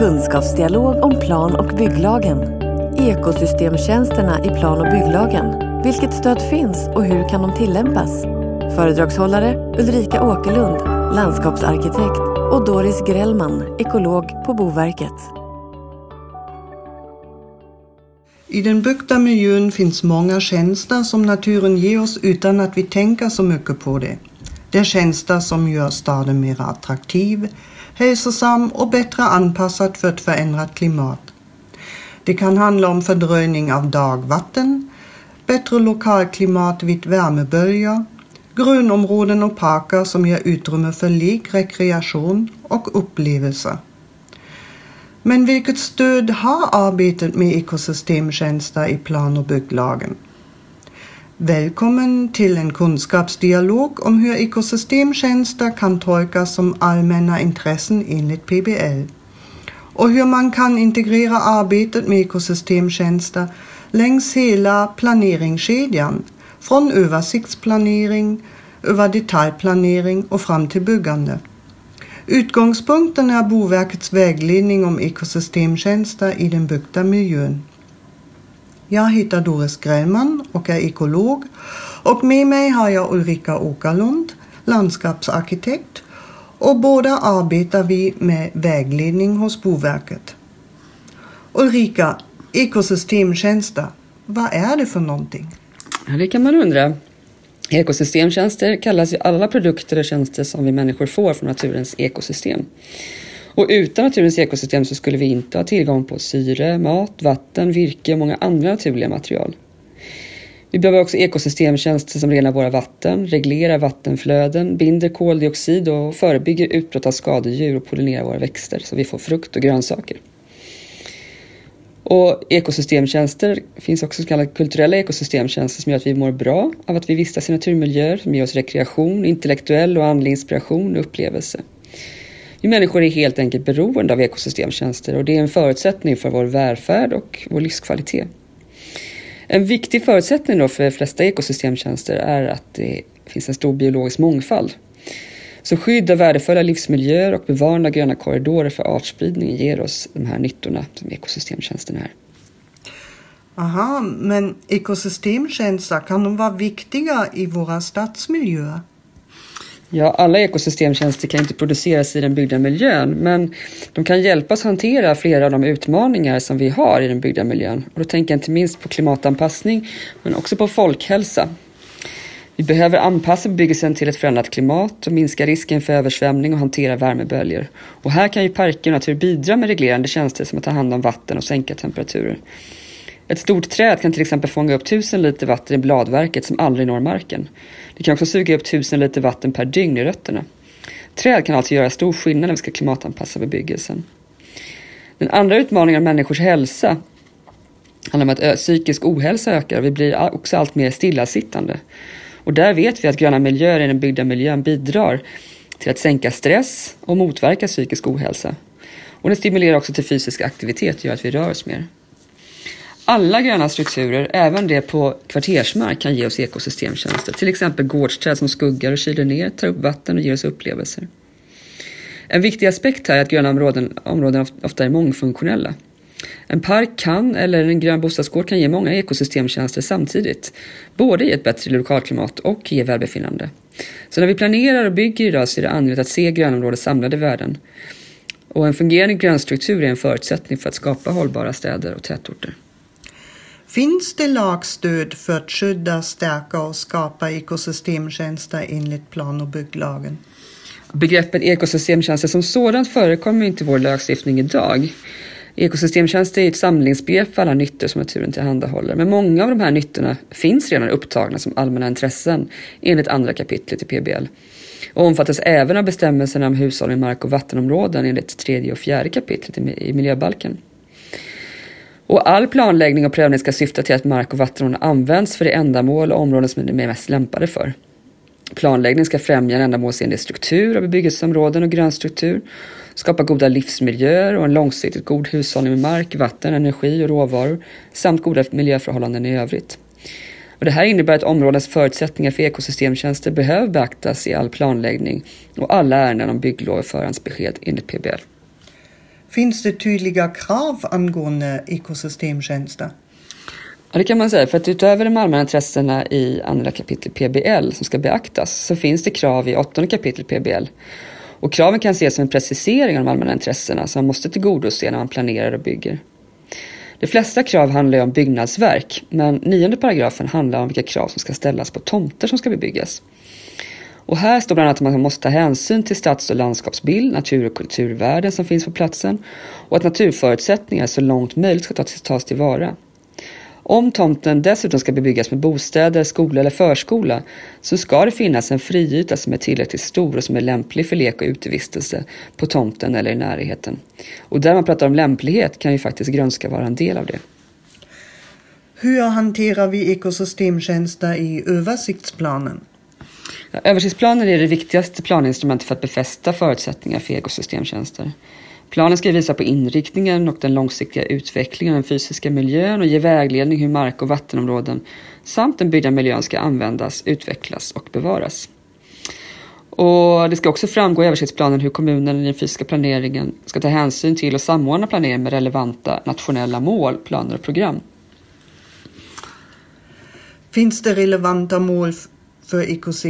Kunskapsdialog om plan- och bygglagen. Ekosystemtjänsterna i plan- och bygglagen. Vilket stöd finns och hur kan de tillämpas? Föredragshållare Ulrika Åkerlund, landskapsarkitekt, och Doris Grellman, ekolog på Boverket. I den byggda miljön finns många tjänster som naturen ger oss utan att vi tänker så mycket på det. Det är tjänster som gör staden mer attraktiv, hälsosam och bättre anpassad för ett förändrat klimat. Det kan handla om fördröjning av dagvatten, bättre lokalklimat vid värmeböljor, grönområden och parker som ger utrymme för lek, rekreation och upplevelser. Men vilket stöd har arbetet med ekosystemtjänster i plan- och bygglagen? Välkommen till en kunskapsdialog om hur ekosystemtjänster kan tolkas som allmänna intressen enligt PBL och hur man kan integrera arbetet med ekosystemtjänster längs hela planeringskedjan, från översiktsplanering, över detaljplanering och fram till byggande. Utgångspunkten är Boverkets vägledning om ekosystemtjänster i den byggda miljön. Jag heter Doris Grellman och är ekolog, och med mig har jag Ulrika Åkerlund, landskapsarkitekt, och båda arbetar vi med vägledning hos Boverket. Ulrika, ekosystemtjänster, vad är det för någonting? Ja, det kan man undra. Ekosystemtjänster kallas ju alla produkter och tjänster som vi människor får från naturens ekosystem. Och utan naturens ekosystem så skulle vi inte ha tillgång på syre, mat, vatten, virke och många andra naturliga material. Vi behöver också ekosystemtjänster som renar våra vatten, reglerar vattenflöden, binder koldioxid och förebygger utbrott av skadedjur och pollinerar våra växter så vi får frukt och grönsaker. Och ekosystemtjänster finns också så kallade kulturella ekosystemtjänster som gör att vi mår bra av att vi vistas i naturmiljöer, som ger oss rekreation, intellektuell och andlig inspiration och upplevelse. Vi människor är helt enkelt beroende av ekosystemtjänster och det är en förutsättning för vår välfärd och vår livskvalitet. En viktig förutsättning då för de flesta ekosystemtjänster är att det finns en stor biologisk mångfald. Så skydd av värdefulla livsmiljöer och bevarande av gröna korridorer för artspridning ger oss de här nyttorna som ekosystemtjänsten är. Aha, men ekosystemtjänster, kan de vara viktiga i våra stadsmiljöer? Ja, alla ekosystemtjänster kan inte produceras i den byggda miljön, men de kan hjälpa oss hantera flera av de utmaningar som vi har i den byggda miljön. Och då tänker jag inte minst på klimatanpassning, men också på folkhälsa. Vi behöver anpassa bebyggelsen till ett förändrat klimat och minska risken för översvämning och hantera värmeböljor. Och här kan ju parker och natur bidra med reglerande tjänster som att ta hand om vatten och sänka temperaturer. Ett stort träd kan till exempel fånga upp 1000 liter vatten i bladverket som aldrig når marken. Det kan också suga upp 1000 liter vatten per dygn i rötterna. Träd kan alltså göra stor skillnad när vi ska klimatanpassa bebyggelsen. Den andra utmaningen av människors hälsa handlar om att psykisk ohälsa ökar och vi blir också allt mer stillasittande. Och där vet vi att gröna miljöer i den byggda miljön bidrar till att sänka stress och motverka psykisk ohälsa. Och det stimulerar också till fysisk aktivitet och gör att vi rör oss mer. Alla gröna strukturer, även det på kvartersmark, kan ge oss ekosystemtjänster. Till exempel gårdsträd som skuggar och kyler ner, tar upp vatten och ger oss upplevelser. En viktig aspekt här är att gröna områden ofta är mångfunktionella. En park kan, eller en grön bostadsgård kan ge många ekosystemtjänster samtidigt. Både i ett bättre lokalklimat och ge välbefinnande. Så när vi planerar och bygger idag så är det angeläget att se grönområdets samlade värden. Och en fungerande grönstruktur är en förutsättning för att skapa hållbara städer och tätorter. Finns det lagstöd för att skydda, stärka och skapa ekosystemtjänster enligt plan- och bygglagen? Begreppet ekosystemtjänster som sådant förekommer inte i vår lagstiftning idag. Ekosystemtjänster är ett samlingsbegrepp för alla nyttor som naturen tillhandahåller. Men många av de här nyttorna finns redan upptagna som allmänna intressen enligt andra kapitlet i PBL. Och omfattas även av bestämmelserna om hushållning med mark- och vattenområden enligt 3:e och 4:e kapitlet i miljöbalken. Och all planläggning och prövning ska syfta till att mark- och vattenområden används för det ändamål och områden som de är mest lämpade för. Planläggning ska främja en ändamålsenlig struktur av bebyggelseområden och grönstruktur, skapa goda livsmiljöer och en långsiktigt god hushållning med mark, vatten, energi och råvaror samt goda miljöförhållanden i övrigt. Och det här innebär att områdens förutsättningar för ekosystemtjänster behöver beaktas i all planläggning och alla ärenden om bygglov och förhandsbesked enligt PBL. Finns det tydliga krav angående ekosystemtjänster? Ja, det kan man säga. För att utöver de allmänna intressena i andra kapitel PBL som ska beaktas så finns det krav i 8:e kapitel PBL. Och kraven kan ses som en precisering av de allmänna intressena som man måste tillgodose när man planerar och bygger. De flesta krav handlar om byggnadsverk, men 9:e paragrafen handlar om vilka krav som ska ställas på tomter som ska bebyggas. Och här står bland annat att man måste ta hänsyn till stads- och landskapsbild, natur- och kulturvärden som finns på platsen och att naturförutsättningar så långt möjligt ska tas tillvara. Om tomten dessutom ska bebyggas med bostäder, skola eller förskola så ska det finnas en friyta som är tillräckligt stor och som är lämplig för lek och utevistelse på tomten eller i närheten. Och där man pratar om lämplighet kan ju faktiskt grönska vara en del av det. Hur hanterar vi ekosystemtjänster i översiktsplanen? Ja, översiktsplanen är det viktigaste planinstrumentet för att befästa förutsättningar för ekosystemtjänster. Planen ska visa på inriktningen och den långsiktiga utvecklingen av den fysiska miljön och ge vägledning hur mark- och vattenområden samt den byggda miljön ska användas, utvecklas och bevaras. Och det ska också framgå i översiktsplanen hur kommunen i den fysiska planeringen ska ta hänsyn till och samordna planeringen med relevanta nationella mål, planer och program. Finns det relevanta mål för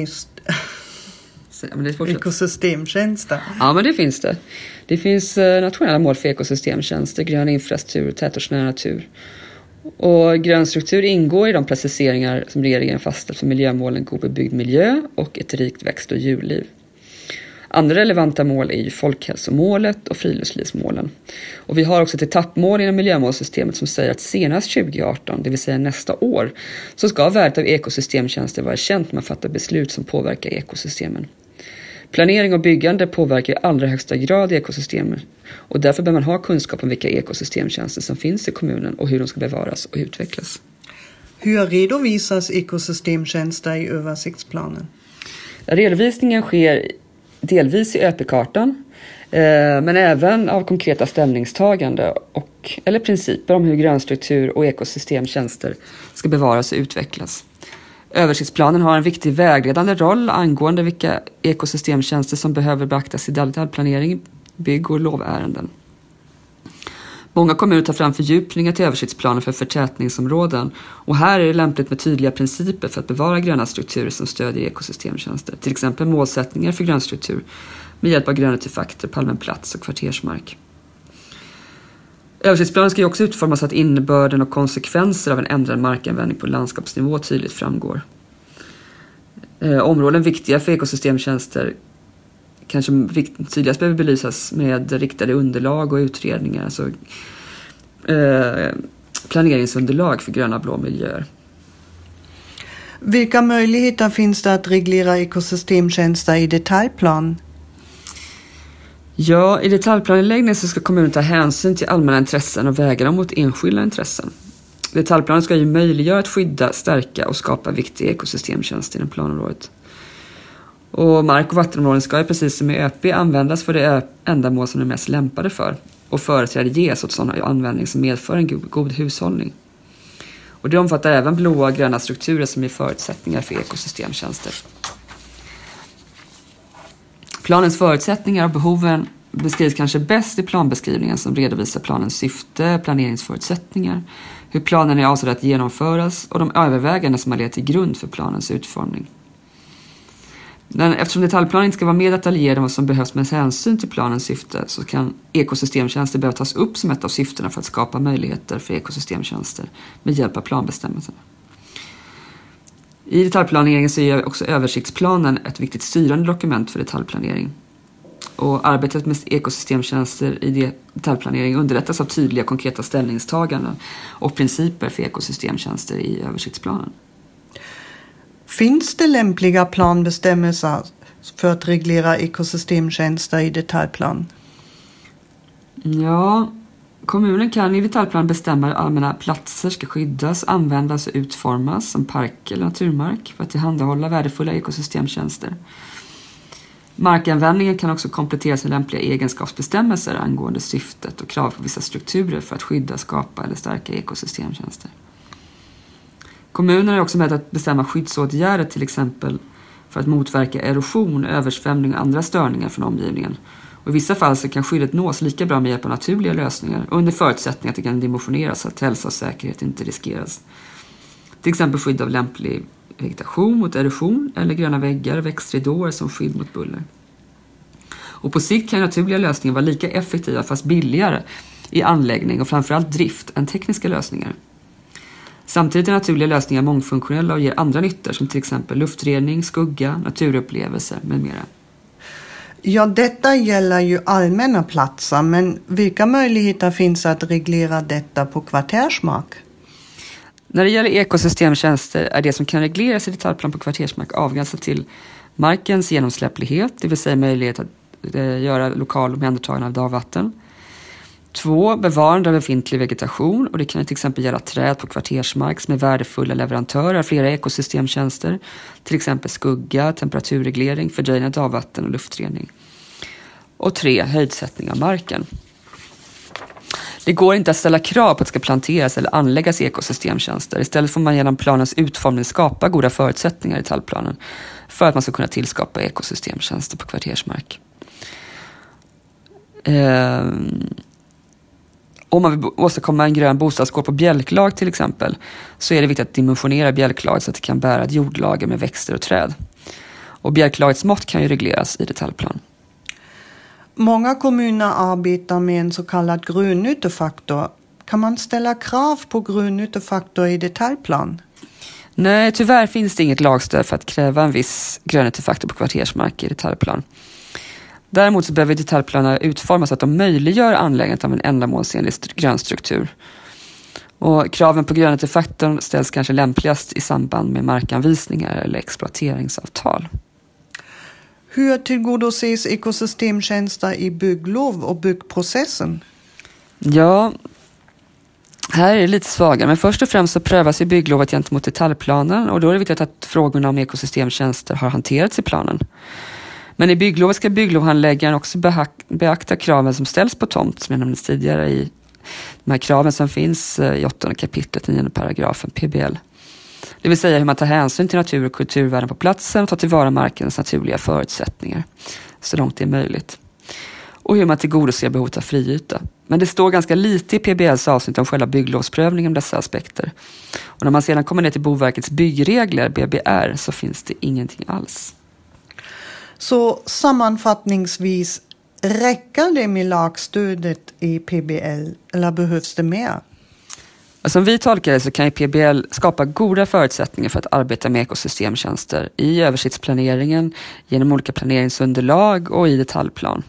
ekosystemtjänster? Ja, men det finns det. Det finns nationella mål för ekosystemtjänster, grön infrastruktur och tätortsnära natur. Och grön struktur ingår i de preciseringar som regeringen fastställt för miljömålen god bebyggd miljö och ett rikt växt- och djurliv. Andra relevanta mål är ju folkhälsomålet och friluftslivsmålen. Och vi har också ett etappmål inom miljömålssystemet som säger att senast 2018, det vill säga nästa år, så ska värdet av ekosystemtjänster vara känt när man fattar beslut som påverkar ekosystemen. Planering och byggande påverkar i allra högsta grad ekosystemen och därför bör man ha kunskap om vilka ekosystemtjänster som finns i kommunen och hur de ska bevaras och utvecklas. Hur redovisas ekosystemtjänster i översiktsplanen? Redovisningen sker delvis i ÖP-kartan men även av konkreta ställningstagande eller principer om hur grönstruktur och ekosystemtjänster ska bevaras och utvecklas. Översiktsplanen har en viktig vägledande roll angående vilka ekosystemtjänster som behöver beaktas i detaljplanering, bygg- och lovärenden. Många kommuner tar fram fördjupningar till översiktsplanen för förtätningsområden och här är det lämpligt med tydliga principer för att bevara gröna strukturer som stödjer ekosystemtjänster. Till exempel målsättningar för grönstruktur med hjälp av grönytefaktor på allmän plats och kvartersmark. Översiktsplanen ska ju också utformas så att innebörden och konsekvenser av en ändrad markanvändning på landskapsnivå tydligt framgår. Områden viktiga för ekosystemtjänster kanske tydligast behöver belysas med riktade underlag och utredningar, alltså planeringsunderlag för gröna blå miljöer. Vilka möjligheter finns det att reglera ekosystemtjänster i detaljplan? Ja, i detaljplanläggningen så ska kommunen ta hänsyn till allmänna intressen och väga dem mot enskilda intressen. Detaljplanen ska ju möjliggöra att skydda, stärka och skapa viktiga ekosystemtjänster inom planområdet. Och mark- och vattenområden ska ju precis som i ÖP användas för det ändamål som de är mest lämpade för och företräde ges åt sådana användning som medför en god hushållning. Och det omfattar även blåa och gröna strukturer som är förutsättningar för ekosystemtjänster. Planens förutsättningar och behoven beskrivs kanske bäst i planbeskrivningen som redovisar planens syfte, planeringsförutsättningar, hur planen är avsedd att genomföras och de överväganden som har legat till grund för planens utformning. Men eftersom detaljplanen inte ska vara mer detaljerad än vad som behövs med hänsyn till planens syfte så kan ekosystemtjänster behöva tas upp som ett av syftena för att skapa möjligheter för ekosystemtjänster med hjälp av planbestämmelserna. I detaljplaneringen så är också översiktsplanen ett viktigt styrande dokument för detaljplanering. Och arbetet med ekosystemtjänster i detaljplanering underlättas av tydliga konkreta ställningstaganden och principer för ekosystemtjänster i översiktsplanen. Finns det lämpliga planbestämmelser för att reglera ekosystemtjänster i detaljplan? Ja, kommunen kan i detaljplan bestämma hur allmänna platser ska skyddas, användas och utformas som park eller naturmark för att tillhandahålla värdefulla ekosystemtjänster. Markanvändningen kan också kompletteras med lämpliga egenskapsbestämmelser angående syftet och krav på vissa strukturer för att skydda, skapa eller stärka ekosystemtjänster. Kommunerna är också med att bestämma skyddsåtgärder till exempel för att motverka erosion, översvämning och andra störningar från omgivningen. Och i vissa fall så kan skyddet nås lika bra med hjälp av naturliga lösningar och under förutsättning att det kan dimensioneras så att hälsa och säkerhet inte riskeras. Till exempel skydd av lämplig vegetation mot erosion eller gröna väggar och växtridåer som skydd mot buller. Och på sikt kan naturliga lösningar vara lika effektiva fast billigare i anläggning och framförallt drift än tekniska lösningar. Samtidigt är naturliga lösningar mångfunktionella och ger andra nyttor som till exempel luftrening, skugga, naturupplevelser med mera. Ja, detta gäller ju allmänna platser, men vilka möjligheter finns att reglera detta på kvartersmark? När det gäller ekosystemtjänster är det som kan regleras i detaljplan på kvartersmark avgränsat till markens genomsläpplighet, det vill säga möjlighet att göra lokal omhändertagande av dagvatten. 2. Bevarande av befintlig vegetation, och det kan till exempel gälla träd på kvartersmark som är värdefulla leverantörer av flera ekosystemtjänster, till exempel skugga, temperaturreglering, fördröjning av dagvatten och luftrening. Och 3. Höjdsättning av marken. Det går inte att ställa krav på att det ska planteras eller anläggas ekosystemtjänster. Istället får man genom planens utformning skapa goda förutsättningar i detaljplanen för att man ska kunna tillskapa ekosystemtjänster på kvartersmark. Om man vill åstadkomma en grön bostadsgård på bjälklag till exempel, så är det viktigt att dimensionera bjälklaget så att det kan bära ett jordlager med växter och träd. Och bjälklagets mått kan ju regleras i detaljplan. Många kommuner arbetar med en så kallad grönnyttefaktor. Kan man ställa krav på grönnyttefaktor i detaljplan? Nej, tyvärr finns det inget lagstöd för att kräva en viss grönnyttefaktor på kvartersmark i detaljplan. Däremot så behöver detaljplanerna utformas så att de möjliggör anläggandet av en ändamålsenlig grönstruktur. Och kraven på grönnyttefaktorn ställs kanske lämpligast i samband med markanvisningar eller exploateringsavtal. Hur tillgodoses ekosystemtjänster i bygglov och byggprocessen? Ja, här är det lite svagare, men först och främst så prövas ju bygglovet gentemot detaljplanen, och då är det viktigt att frågorna om ekosystemtjänster har hanterats i planen. Men i bygglovet ska bygglovhandläggaren också beakta kraven som ställs på tomt, som jag nämnde tidigare i de här kraven som finns i 8 kapitlet, 9 paragrafen PBL. Det vill säga hur man tar hänsyn till natur- och kulturvärden på platsen och tar tillvara markens naturliga förutsättningar så långt det är möjligt. Och hur man tillgodoser behovet av friyta. Men det står ganska lite i PBLs avsnitt om själva bygglovsprövningen om dessa aspekter. Och när man sedan kommer ner till Boverkets byggregler, BBR, så finns det ingenting alls. Så sammanfattningsvis, räcker det med lagstödet i PBL eller behövs det mer? Som vi tolkar det så kan PBL skapa goda förutsättningar för att arbeta med ekosystemtjänster i översiktsplaneringen, genom olika planeringsunderlag och i detaljplan.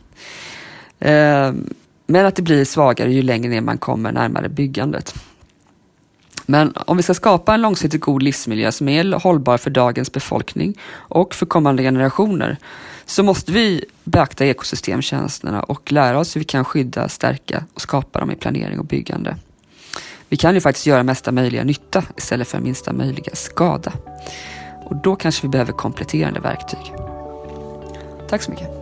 Men att det blir svagare ju längre ner man kommer närmare byggandet. Men om vi ska skapa en långsiktigt god livsmiljö som är hållbar för dagens befolkning och för kommande generationer, så måste vi beakta ekosystemtjänsterna och lära oss hur vi kan skydda, stärka och skapa dem i planering och byggande. Vi kan ju faktiskt göra mesta möjliga nytta istället för minsta möjliga skada. Och då kanske vi behöver kompletterande verktyg. Tack så mycket.